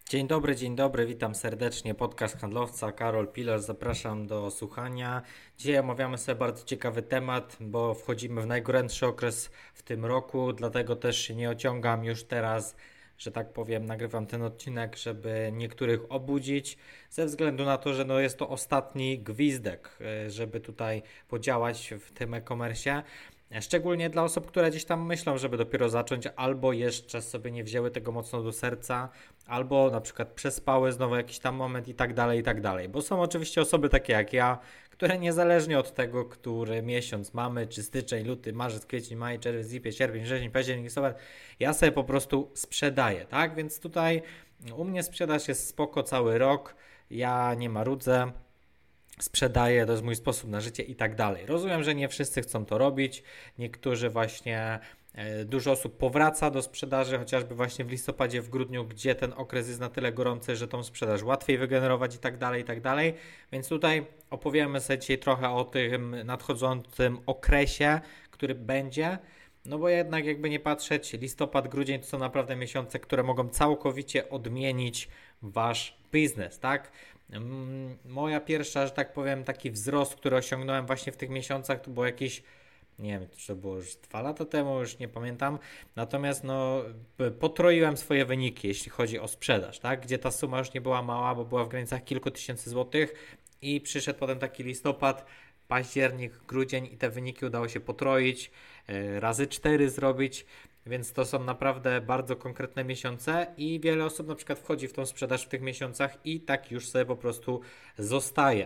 Dzień dobry, witam serdecznie. Podcast Handlowca, Karol Pilarz, zapraszam do słuchania. Dzisiaj omawiamy sobie bardzo ciekawy temat, bo wchodzimy w najgorętszy okres w tym roku, dlatego też się nie ociągam już teraz, że tak powiem, nagrywam ten odcinek, żeby niektórych obudzić, ze względu na to, że jest to ostatni gwizdek, żeby tutaj podziałać w tym e-commerce. Szczególnie dla osób, które gdzieś tam myślą, żeby dopiero zacząć, albo jeszcze sobie nie wzięły tego mocno do serca, albo na przykład przespały znowu jakiś tam moment i tak dalej, i tak dalej. Bo są oczywiście osoby takie jak ja, które niezależnie od tego, który miesiąc mamy, czy styczeń, luty, marzec, kwiecień, maj, czerwiec, lipiec, sierpień, wrzesień, październik, listopad, ja sobie po prostu sprzedaję, tak? Więc tutaj u mnie sprzedaż jest spoko cały rok, ja nie marudzę, sprzedaję, to jest mój sposób na życie i tak dalej. Rozumiem, że nie wszyscy chcą to robić, niektórzy właśnie, dużo osób powraca do sprzedaży, chociażby właśnie w listopadzie, w grudniu, gdzie ten okres jest na tyle gorący, że tą sprzedaż łatwiej wygenerować i tak dalej, więc tutaj opowiemy sobie dzisiaj trochę o tym nadchodzącym okresie, który będzie, no bo jednak jakby nie patrzeć, listopad, grudzień to są naprawdę miesiące, które mogą całkowicie odmienić wasz biznes, tak? Moja pierwsza, że tak powiem, taki wzrost, który osiągnąłem właśnie w tych miesiącach, to było jakieś, nie wiem, czy to było już 2 lata temu, już nie pamiętam. Natomiast potroiłem swoje wyniki, jeśli chodzi o sprzedaż, tak? Gdzie ta suma już nie była mała, bo była w granicach kilku tysięcy złotych i przyszedł potem taki listopad, październik, grudzień i te wyniki udało się potroić, razy 4 zrobić. Więc to są naprawdę bardzo konkretne miesiące i wiele osób na przykład wchodzi w tą sprzedaż w tych miesiącach i tak już sobie po prostu zostaje.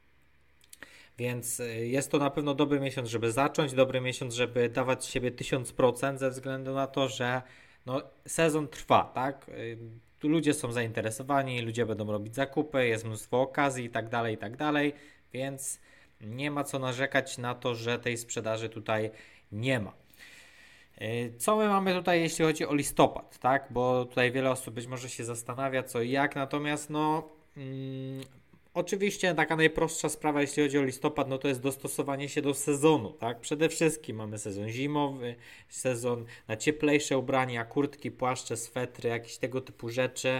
Więc jest to na pewno dobry miesiąc, żeby zacząć, dobry miesiąc, żeby dawać z siebie 1000% ze względu na to, że sezon trwa, tak? Tu ludzie są zainteresowani, ludzie będą robić zakupy, jest mnóstwo okazji i tak dalej, więc nie ma co narzekać na to, że tej sprzedaży tutaj nie ma. Co my mamy tutaj, jeśli chodzi o listopad, tak? Bo tutaj wiele osób być może się zastanawia co i jak, natomiast oczywiście taka najprostsza sprawa, jeśli chodzi o listopad, to jest dostosowanie się do sezonu, tak? Przede wszystkim mamy sezon zimowy, sezon na cieplejsze ubrania, kurtki, płaszcze, swetry, jakieś tego typu rzeczy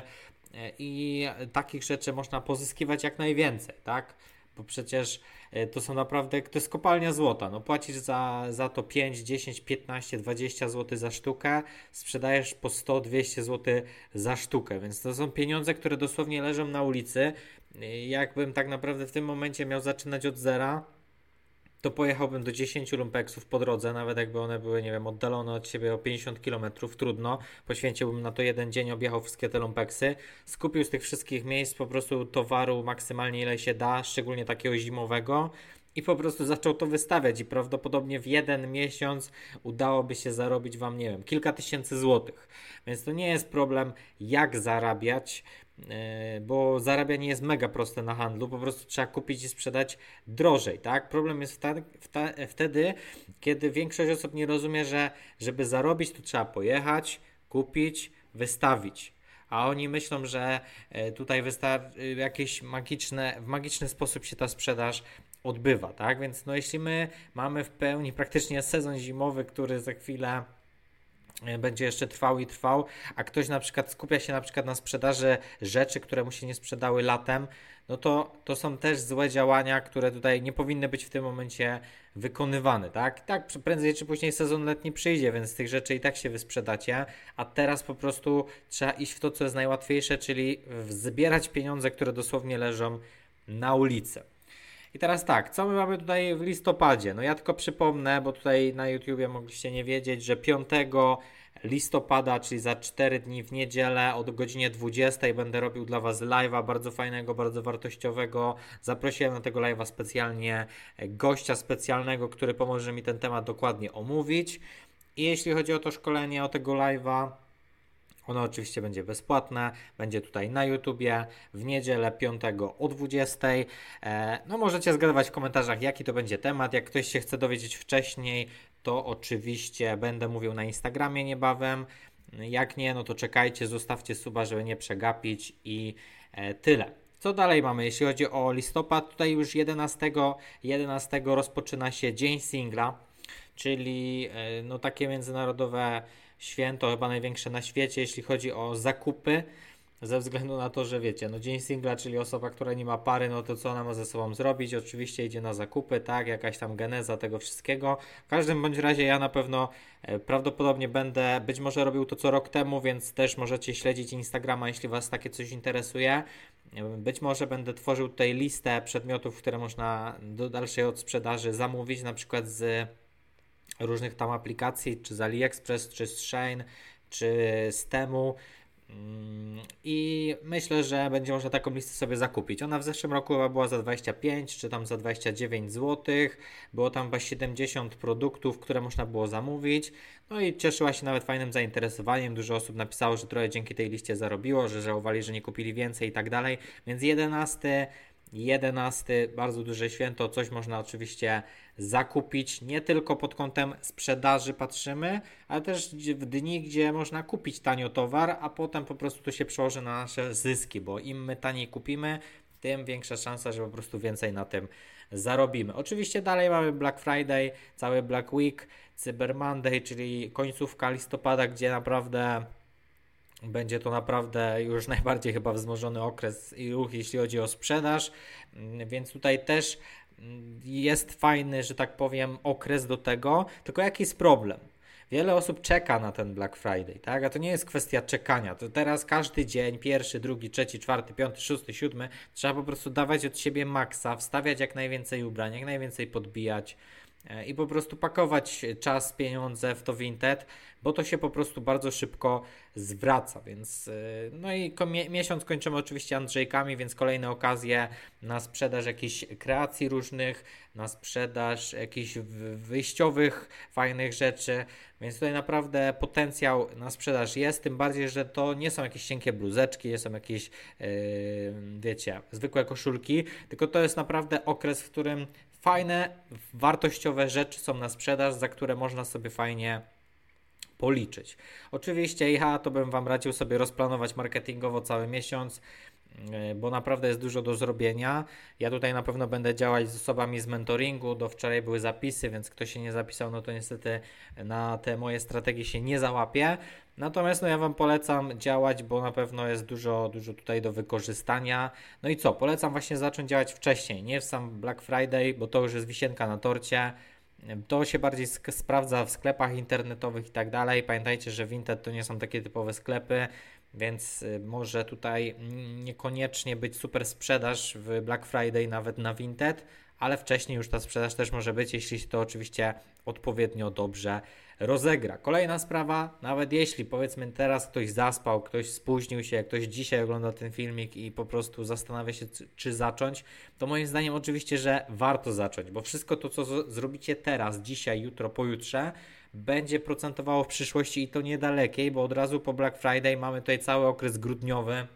i takich rzeczy można pozyskiwać jak najwięcej, tak? Bo przecież to są naprawdę, to jest kopalnia złota. Płacisz za to 5, 10, 15, 20 zł za sztukę, sprzedajesz po 100, 200 zł za sztukę, więc to są pieniądze, które dosłownie leżą na ulicy. Jakbym tak naprawdę w tym momencie miał zaczynać od zera, to pojechałbym do 10 lumpeksów po drodze, nawet jakby one były, nie wiem, oddalone od siebie o 50 km, trudno, poświęciłbym na to jeden dzień, objechał wszystkie te lumpeksy, skupił z tych wszystkich miejsc po prostu towaru maksymalnie ile się da, szczególnie takiego zimowego i po prostu zaczął to wystawiać i prawdopodobnie w jeden miesiąc udałoby się zarobić wam, nie wiem, kilka tysięcy złotych, więc to nie jest problem jak zarabiać, bo zarabianie jest mega proste na handlu, po prostu trzeba kupić i sprzedać drożej, tak? Problem jest wtedy, kiedy większość osób nie rozumie, że żeby zarobić, to trzeba pojechać, kupić, wystawić. A oni myślą, że tutaj jakieś w magiczny sposób się ta sprzedaż odbywa, tak? Więc jeśli my mamy w pełni praktycznie sezon zimowy, który za chwilę będzie jeszcze trwał i trwał, a ktoś na przykład skupia się na przykład na sprzedaży rzeczy, które mu się nie sprzedały latem, to są też złe działania, które tutaj nie powinny być w tym momencie wykonywane, tak? Tak, prędzej czy później sezon letni przyjdzie, więc z tych rzeczy i tak się wysprzedacie, a teraz po prostu trzeba iść w to, co jest najłatwiejsze, czyli zbierać pieniądze, które dosłownie leżą na ulicy. I teraz tak, co my mamy tutaj w listopadzie? Ja tylko przypomnę, bo tutaj na YouTubie mogliście nie wiedzieć, że 5 listopada, czyli za 4 dni w niedzielę od godzinie 20 będę robił dla Was live'a bardzo fajnego, bardzo wartościowego. Zaprosiłem na tego live'a specjalnie gościa specjalnego, który pomoże mi ten temat dokładnie omówić. I jeśli chodzi o to szkolenie, o tego live'a, ono oczywiście będzie bezpłatne, będzie tutaj na YouTubie w niedzielę 5 o 20. Możecie zgadywać w komentarzach, jaki to będzie temat. Jak ktoś się chce dowiedzieć wcześniej, to oczywiście będę mówił na Instagramie niebawem. Jak nie, to czekajcie, zostawcie suba, żeby nie przegapić i tyle. Co dalej mamy? Jeśli chodzi o listopad, tutaj już 11 rozpoczyna się Dzień Singla, czyli takie międzynarodowe święto, chyba największe na świecie, jeśli chodzi o zakupy. ze względu na to, że wiecie, no dzień singla, czyli osoba, która nie ma pary, no to co ona ma ze sobą zrobić? Oczywiście idzie na zakupy, tak, jakaś tam geneza tego wszystkiego. W każdym bądź razie ja na pewno prawdopodobnie będę być może robił to co rok temu, więc też możecie śledzić Instagrama, jeśli Was takie coś interesuje. Być może będę tworzył tutaj listę przedmiotów, które można do dalszej odsprzedaży zamówić, na przykład z różnych tam aplikacji, czy z AliExpress, czy z Shein, czy z Temu. I myślę, że będzie można taką listę sobie zakupić. Ona w zeszłym roku chyba była za 25 czy tam za 29 zł. Było tam chyba 70 produktów, które można było zamówić. No i cieszyła się nawet fajnym zainteresowaniem. Dużo osób napisało, że trochę dzięki tej liście zarobiło, że żałowali, że nie kupili więcej i tak dalej. Więc 11 bardzo duże święto, coś można oczywiście zakupić, nie tylko pod kątem sprzedaży patrzymy, ale też w dni, gdzie można kupić tanio towar, a potem po prostu to się przełoży na nasze zyski, bo im my taniej kupimy, tym większa szansa, że po prostu więcej na tym zarobimy. Oczywiście dalej mamy Black Friday, cały Black Week, Cyber Monday, czyli końcówka listopada, gdzie naprawdę będzie to naprawdę już najbardziej chyba wzmożony okres i ruch, jeśli chodzi o sprzedaż, więc tutaj też jest fajny, że tak powiem, okres do tego, tylko jaki jest problem? Wiele osób czeka na ten Black Friday, tak? A to nie jest kwestia czekania. To teraz każdy dzień, pierwszy, drugi, trzeci, czwarty, piąty, szósty, siódmy, trzeba po prostu dawać od siebie maksa, wstawiać jak najwięcej ubrań, jak najwięcej podbijać i po prostu pakować czas, pieniądze w to Vinted, bo to się po prostu bardzo szybko zwraca, więc no i miesiąc kończymy oczywiście Andrzejkami, więc kolejne okazje na sprzedaż jakichś kreacji różnych, na sprzedaż jakichś wyjściowych, fajnych rzeczy, więc tutaj naprawdę potencjał na sprzedaż jest, tym bardziej, że to nie są jakieś cienkie bluzeczki, nie są jakieś wiecie, zwykłe koszulki, tylko to jest naprawdę okres, w którym fajne, wartościowe rzeczy są na sprzedaż, za które można sobie fajnie policzyć. Oczywiście ja to bym Wam radził sobie rozplanować marketingowo cały miesiąc, bo naprawdę jest dużo do zrobienia. Ja tutaj na pewno będę działać z osobami z mentoringu, do wczoraj były zapisy, więc kto się nie zapisał, no to niestety na te moje strategie się nie załapie. Natomiast no ja Wam polecam działać, bo na pewno jest dużo tutaj do wykorzystania. No i co? Polecam właśnie zacząć działać wcześniej, nie w sam Black Friday, bo to już jest wisienka na torcie. To się bardziej sprawdza w sklepach internetowych i tak dalej. Pamiętajcie, że Vinted to nie są takie typowe sklepy, więc może tutaj niekoniecznie być super sprzedaż w Black Friday nawet na Vinted, ale wcześniej już ta sprzedaż też może być, jeśli się to oczywiście odpowiednio dobrze rozegra. Kolejna sprawa, nawet jeśli powiedzmy teraz ktoś zaspał, ktoś spóźnił się, ktoś dzisiaj ogląda ten filmik i po prostu zastanawia się, czy zacząć, to moim zdaniem oczywiście, że warto zacząć, bo wszystko to, co zrobicie teraz, dzisiaj, jutro, pojutrze, będzie procentowało w przyszłości i to niedalekiej, bo od razu po Black Friday mamy tutaj cały okres grudniowy,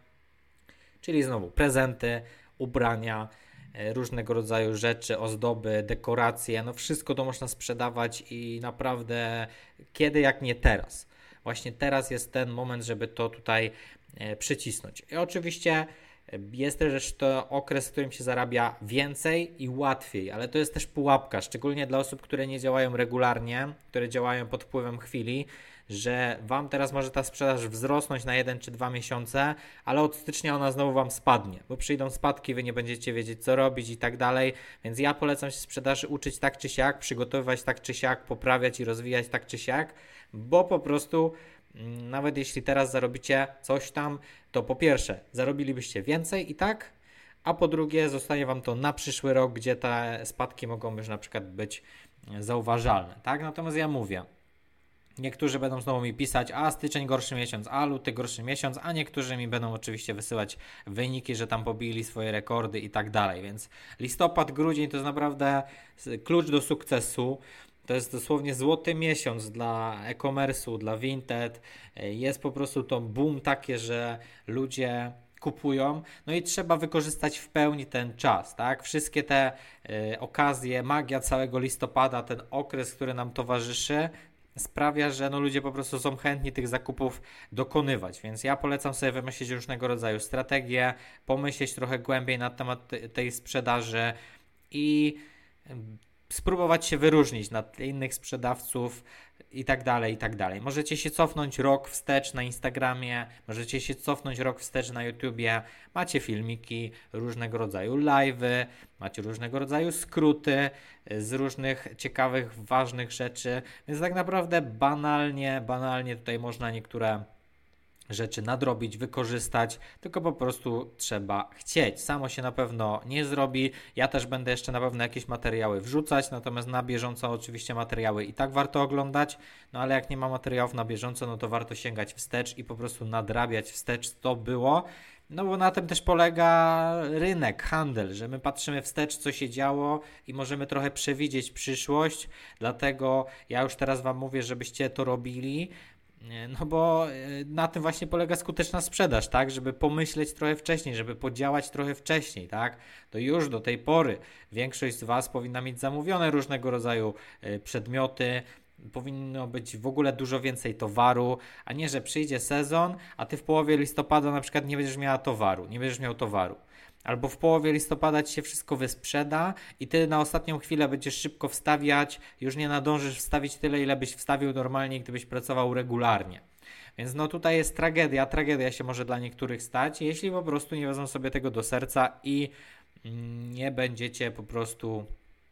czyli znowu prezenty, ubrania, różnego rodzaju rzeczy, ozdoby, dekoracje, no wszystko to można sprzedawać i naprawdę kiedy jak nie teraz. Właśnie teraz jest ten moment, żeby to tutaj przycisnąć. I oczywiście jest też to okres, w którym się zarabia więcej i łatwiej, ale to jest też pułapka, szczególnie dla osób, które nie działają regularnie, które działają pod wpływem chwili, że Wam teraz może ta sprzedaż wzrosnąć na 1 czy 2 miesiące, ale od stycznia ona znowu Wam spadnie, bo przyjdą spadki, Wy nie będziecie wiedzieć co robić i tak dalej, więc ja polecam się sprzedaży uczyć tak czy siak, przygotowywać tak czy siak, poprawiać i rozwijać tak czy siak, bo po prostu nawet jeśli teraz zarobicie coś tam, to po pierwsze zarobilibyście więcej i tak, a po drugie zostanie Wam to na przyszły rok, gdzie te spadki mogą już na przykład być zauważalne, tak? Natomiast ja mówię, niektórzy będą znowu mi pisać, a styczeń gorszy miesiąc, a luty gorszy miesiąc, a niektórzy mi będą oczywiście wysyłać wyniki, że tam pobili swoje rekordy i tak dalej, więc listopad, grudzień to jest naprawdę klucz do sukcesu. To jest dosłownie złoty miesiąc dla e-commerce'u, dla Vinted. Jest po prostu to boom takie, że ludzie kupują, no i trzeba wykorzystać w pełni ten czas, tak? Wszystkie te okazje, magia całego listopada, ten okres, który nam towarzyszy, sprawia, że no ludzie po prostu są chętni tych zakupów dokonywać, więc ja polecam sobie wymyślić różnego rodzaju strategie, pomyśleć trochę głębiej na temat tej sprzedaży i spróbować się wyróżnić na tle innych sprzedawców i tak dalej, i tak dalej. Możecie się cofnąć rok wstecz na Instagramie, możecie się cofnąć rok wstecz na YouTubie, macie filmiki, różnego rodzaju live'y, macie różnego rodzaju skróty z różnych ciekawych, ważnych rzeczy, więc tak naprawdę banalnie tutaj można niektóre rzeczy nadrobić, wykorzystać, tylko po prostu trzeba chcieć. Samo się na pewno nie zrobi. Ja też będę jeszcze na pewno jakieś materiały wrzucać, natomiast na bieżąco oczywiście materiały i tak warto oglądać, no ale jak nie ma materiałów na bieżąco, no to warto sięgać wstecz i po prostu nadrabiać wstecz, co było. No bo na tym też polega rynek, handel, że my patrzymy wstecz, co się działo i możemy trochę przewidzieć przyszłość, dlatego ja już teraz Wam mówię, żebyście to robili, no bo na tym właśnie polega skuteczna sprzedaż, tak? Żeby pomyśleć trochę wcześniej, żeby podziałać trochę wcześniej, tak? To już do tej pory większość z Was powinna mieć zamówione różnego rodzaju przedmioty, powinno być w ogóle dużo więcej towaru, a nie, że przyjdzie sezon, a Ty w połowie listopada na przykład nie będziesz miał towaru. Albo w połowie listopada Ci się wszystko wysprzeda i Ty na ostatnią chwilę będziesz szybko wstawiać, już nie nadążysz wstawić tyle, ile byś wstawił normalnie, gdybyś pracował regularnie. Więc no tutaj jest tragedia się może dla niektórych stać, jeśli po prostu nie wezmą sobie tego do serca i nie będziecie po prostu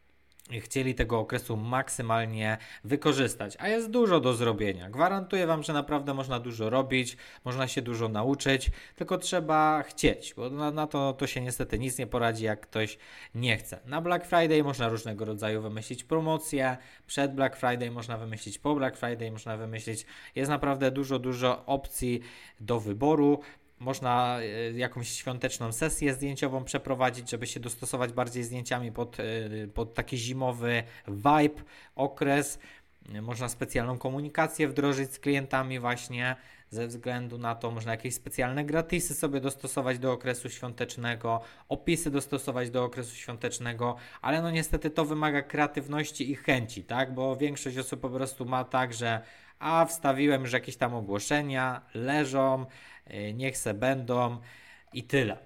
chcieli tego okresu maksymalnie wykorzystać, a jest dużo do zrobienia. Gwarantuję Wam, że naprawdę można dużo robić, można się dużo nauczyć, tylko trzeba chcieć, bo na to się niestety nic nie poradzi, jak ktoś nie chce. Na Black Friday można różnego rodzaju wymyślić promocje, przed Black Friday można wymyślić, po Black Friday można wymyślić, jest naprawdę dużo opcji do wyboru. Można jakąś świąteczną sesję zdjęciową przeprowadzić, żeby się dostosować bardziej zdjęciami pod taki zimowy vibe, okres. Można specjalną komunikację wdrożyć z klientami właśnie ze względu na to. Można jakieś specjalne gratisy sobie dostosować do okresu świątecznego, opisy dostosować do okresu świątecznego, ale no niestety to wymaga kreatywności i chęci, tak? Bo większość osób po prostu ma tak, że wstawiłem, że jakieś tam ogłoszenia leżą, niech se będą i tyle.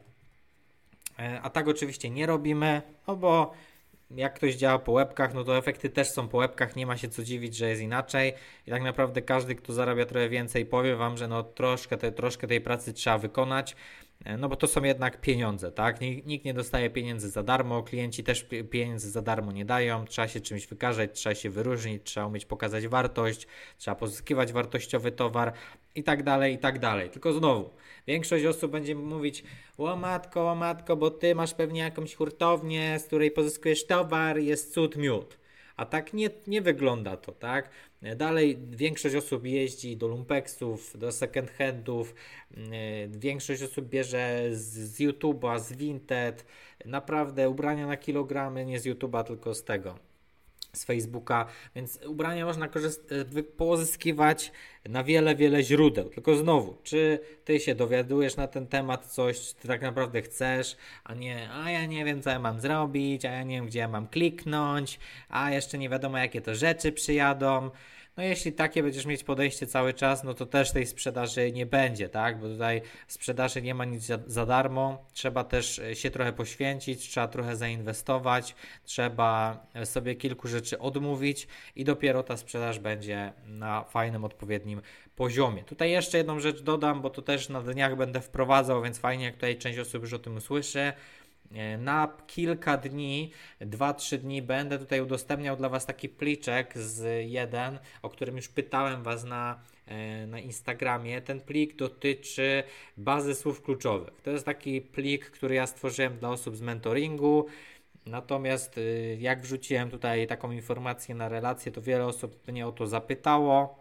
A tak oczywiście nie robimy, no bo jak ktoś działa po łebkach, no to efekty też są po łebkach, nie ma się co dziwić, że jest inaczej i tak naprawdę każdy, kto zarabia trochę więcej, powie Wam, że no troszkę tej pracy trzeba wykonać, no bo to są jednak pieniądze, tak? Nikt nie dostaje pieniędzy za darmo, klienci też pieniędzy za darmo nie dają, trzeba się czymś wykazać, trzeba się wyróżnić, trzeba umieć pokazać wartość, trzeba pozyskiwać wartościowy towar i tak dalej, i tak dalej. Tylko znowu, większość osób będzie mówić: o matko, bo Ty masz pewnie jakąś hurtownię, z której pozyskujesz towar, jest cud miód. A tak nie wygląda to, tak? Dalej większość osób jeździ do lumpeksów, do second handów, większość osób bierze z YouTube'a, z Vinted, naprawdę ubrania na kilogramy, nie z YouTube'a, tylko z Facebooka, więc ubrania można pozyskiwać na wiele źródeł. Tylko znowu, czy Ty się dowiadujesz na ten temat coś, czy Ty tak naprawdę chcesz, a nie, ja nie wiem, co ja mam zrobić, a ja nie wiem, gdzie ja mam kliknąć, a jeszcze nie wiadomo, jakie to rzeczy przyjadą. No jeśli takie będziesz mieć podejście cały czas, no to też tej sprzedaży nie będzie, tak? Bo tutaj w sprzedaży nie ma nic za darmo, trzeba też się trochę poświęcić, trzeba trochę zainwestować, trzeba sobie kilku rzeczy odmówić i dopiero ta sprzedaż będzie na fajnym, odpowiednim poziomie. Tutaj jeszcze jedną rzecz dodam, bo to też na dniach będę wprowadzał, więc fajnie, jak tutaj część osób już o tym usłyszy. Na kilka dni, 2-3 dni będę tutaj udostępniał dla Was taki pliczek o którym już pytałem Was na Instagramie. Ten plik dotyczy bazy słów kluczowych. To jest taki plik, który ja stworzyłem dla osób z mentoringu. Natomiast jak wrzuciłem tutaj taką informację na relację, to wiele osób mnie o to zapytało.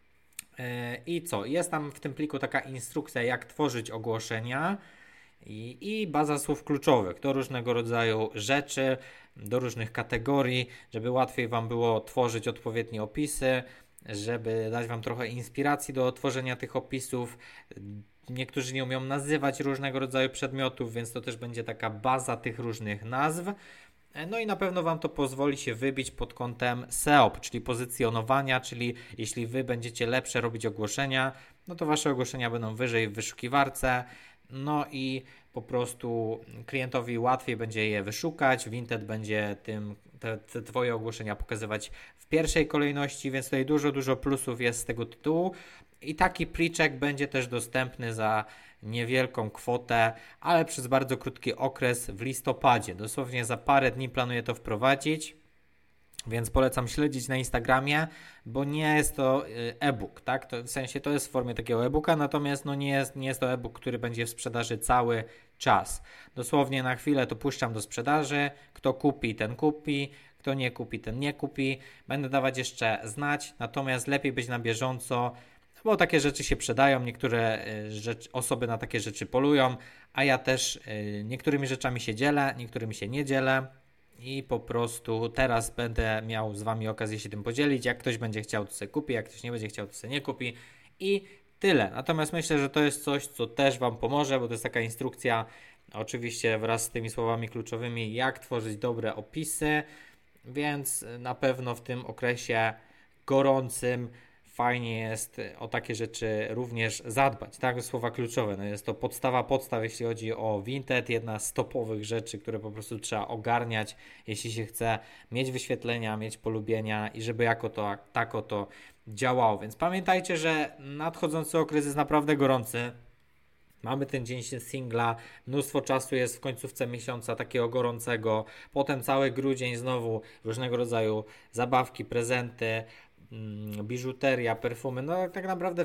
I co? Jest tam w tym pliku taka instrukcja, jak tworzyć ogłoszenia i baza słów kluczowych do różnego rodzaju rzeczy, do różnych kategorii, żeby łatwiej Wam było tworzyć odpowiednie opisy, żeby dać Wam trochę inspiracji do tworzenia tych opisów. Niektórzy nie umią nazywać różnego rodzaju przedmiotów, więc to też będzie taka baza tych różnych nazw. No i na pewno Wam to pozwoli się wybić pod kątem SEO, czyli pozycjonowania, czyli jeśli Wy będziecie lepsze robić ogłoszenia, no to Wasze ogłoszenia będą wyżej w wyszukiwarce, no i po prostu klientowi łatwiej będzie je wyszukać, Vinted będzie tym te Twoje ogłoszenia pokazywać w pierwszej kolejności, więc tutaj dużo plusów jest z tego tytułu. I taki pliczek będzie też dostępny za niewielką kwotę, ale przez bardzo krótki okres w listopadzie. Dosłownie za parę dni planuję to wprowadzić, więc polecam śledzić na Instagramie, bo nie jest to e-book, tak? W sensie to jest w formie takiego e-booka, natomiast nie jest to e-book, który będzie w sprzedaży cały czas. Dosłownie na chwilę to puszczam do sprzedaży, kto kupi, ten kupi, kto nie kupi, ten nie kupi. Będę dawać jeszcze znać, natomiast lepiej być na bieżąco, bo takie rzeczy się przydają, niektóre osoby na takie rzeczy polują, a ja też niektórymi rzeczami się dzielę, niektórymi się nie dzielę i po prostu teraz będę miał z Wami okazję się tym podzielić. Jak ktoś będzie chciał, to sobie kupi, jak ktoś nie będzie chciał, to sobie nie kupi i tyle. Natomiast myślę, że to jest coś, co też Wam pomoże, bo to jest taka instrukcja, oczywiście wraz z tymi słowami kluczowymi, jak tworzyć dobre opisy, więc na pewno w tym okresie gorącym fajnie jest o takie rzeczy również zadbać, tak? Słowa kluczowe, no jest to podstaw, jeśli chodzi o Vinted, jedna z topowych rzeczy, które po prostu trzeba ogarniać, jeśli się chce mieć wyświetlenia, mieć polubienia i żeby tak oto działało, więc pamiętajcie, że nadchodzący okres jest naprawdę gorący. Mamy ten dzień singla, mnóstwo czasu jest w końcówce miesiąca takiego gorącego, potem cały grudzień znowu różnego rodzaju zabawki, prezenty, biżuteria, perfumy, no tak naprawdę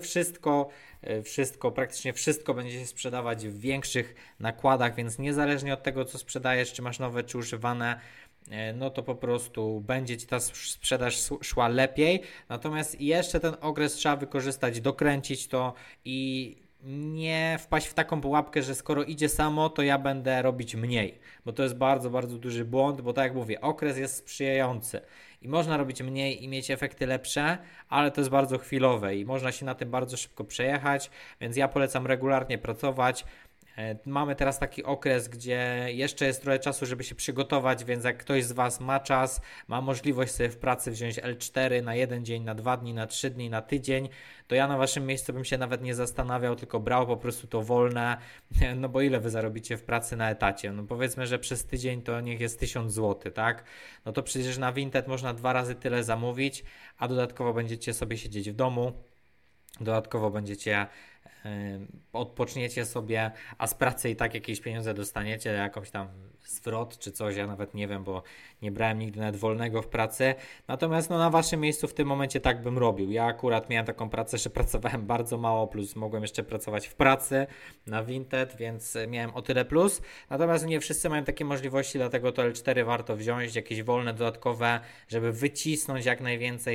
praktycznie wszystko będzie się sprzedawać w większych nakładach, więc niezależnie od tego, co sprzedajesz, czy masz nowe, czy używane, no to po prostu będzie Ci ta sprzedaż szła lepiej, natomiast jeszcze ten okres trzeba wykorzystać, dokręcić to i nie wpaść w taką pułapkę, że skoro idzie samo, to ja będę robić mniej, bo to jest bardzo duży błąd, bo tak jak mówię, okres jest sprzyjający i można robić mniej i mieć efekty lepsze, ale to jest bardzo chwilowe i można się na tym bardzo szybko przejechać, więc ja polecam regularnie pracować. Mamy teraz taki okres, gdzie jeszcze jest trochę czasu, żeby się przygotować, więc jak ktoś z Was ma czas, ma możliwość sobie w pracy wziąć L4 na 1 dzień, na 2 dni, na 3 dni, na tydzień, to ja na Waszym miejscu bym się nawet nie zastanawiał, tylko brał po prostu to wolne, no bo ile Wy zarobicie w pracy na etacie? No powiedzmy, że przez tydzień to niech jest 1000 zł, tak? No to przecież na Vinted można 2 razy tyle zamówić, a dodatkowo będziecie sobie siedzieć w domu, dodatkowo będziecie odpoczniecie sobie, a z pracy i tak jakieś pieniądze dostaniecie, jakąś tam zwrot czy coś, ja nawet nie wiem, bo nie brałem nigdy nawet wolnego w pracy, natomiast no na Waszym miejscu w tym momencie tak bym robił. Ja akurat miałem taką pracę, że pracowałem bardzo mało, plus mogłem jeszcze pracować w pracy na Vinted, więc miałem o tyle plus, natomiast nie wszyscy mają takie możliwości, dlatego to L4 warto wziąć, jakieś wolne dodatkowe, żeby wycisnąć jak najwięcej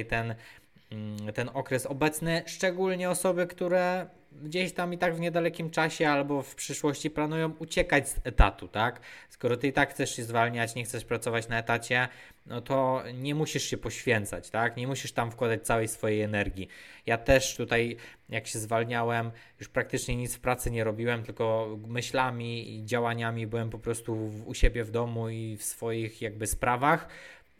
ten okres obecny, szczególnie osoby, które gdzieś tam i tak w niedalekim czasie albo w przyszłości planują uciekać z etatu, tak? Skoro Ty i tak chcesz się zwalniać, nie chcesz pracować na etacie, no to nie musisz się poświęcać, tak? Nie musisz tam wkładać całej swojej energii. Ja też tutaj, jak się zwalniałem, już praktycznie nic w pracy nie robiłem, tylko myślami i działaniami byłem po prostu u siebie w domu i w swoich jakby sprawach.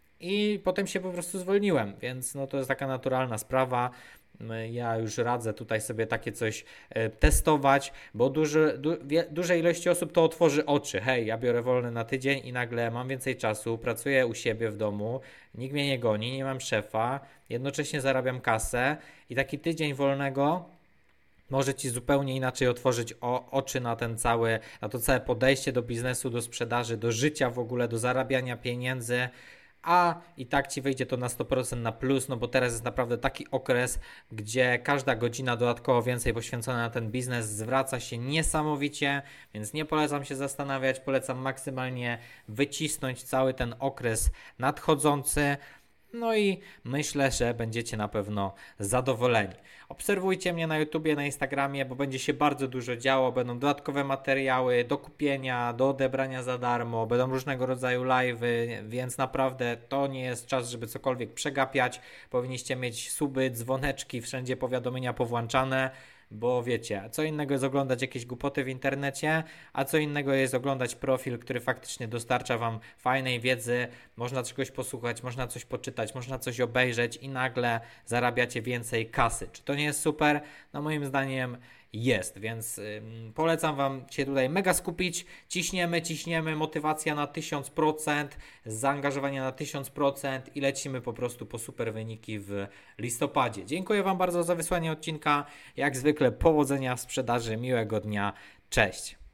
I potem się po prostu zwolniłem, więc no to jest taka naturalna sprawa. Ja już radzę tutaj sobie takie coś testować, bo dużej ilości osób to otworzy oczy. Hej, ja biorę wolny na tydzień i nagle mam więcej czasu, pracuję u siebie w domu, nikt mnie nie goni, nie mam szefa, jednocześnie zarabiam kasę i taki tydzień wolnego może Ci zupełnie inaczej otworzyć oczy na to całe podejście do biznesu, do sprzedaży, do życia w ogóle, do zarabiania pieniędzy, a i tak Ci wyjdzie to na 100% na plus, no bo teraz jest naprawdę taki okres, gdzie każda godzina dodatkowo więcej poświęcona na ten biznes zwraca się niesamowicie, więc nie polecam się zastanawiać, polecam maksymalnie wycisnąć cały ten okres nadchodzący. No i myślę, że będziecie na pewno zadowoleni. Obserwujcie mnie na YouTubie, na Instagramie, bo będzie się bardzo dużo działo. Będą dodatkowe materiały do kupienia, do odebrania za darmo, będą różnego rodzaju live'y, więc naprawdę to nie jest czas, żeby cokolwiek przegapiać. Powinniście mieć suby, dzwoneczki, wszędzie powiadomienia powłączane, bo wiecie, co innego jest oglądać jakieś głupoty w internecie, a co innego jest oglądać profil, który faktycznie dostarcza Wam fajnej wiedzy, można czegoś posłuchać, można coś poczytać, można coś obejrzeć i nagle zarabiacie więcej kasy. Czy to nie jest super? No moim zdaniem jest, więc polecam Wam się tutaj mega skupić, ciśniemy, motywacja na 1000%, zaangażowanie na 1000% i lecimy po prostu po super wyniki w listopadzie. Dziękuję Wam bardzo za wysłanie odcinka, jak zwykle powodzenia w sprzedaży, miłego dnia, cześć!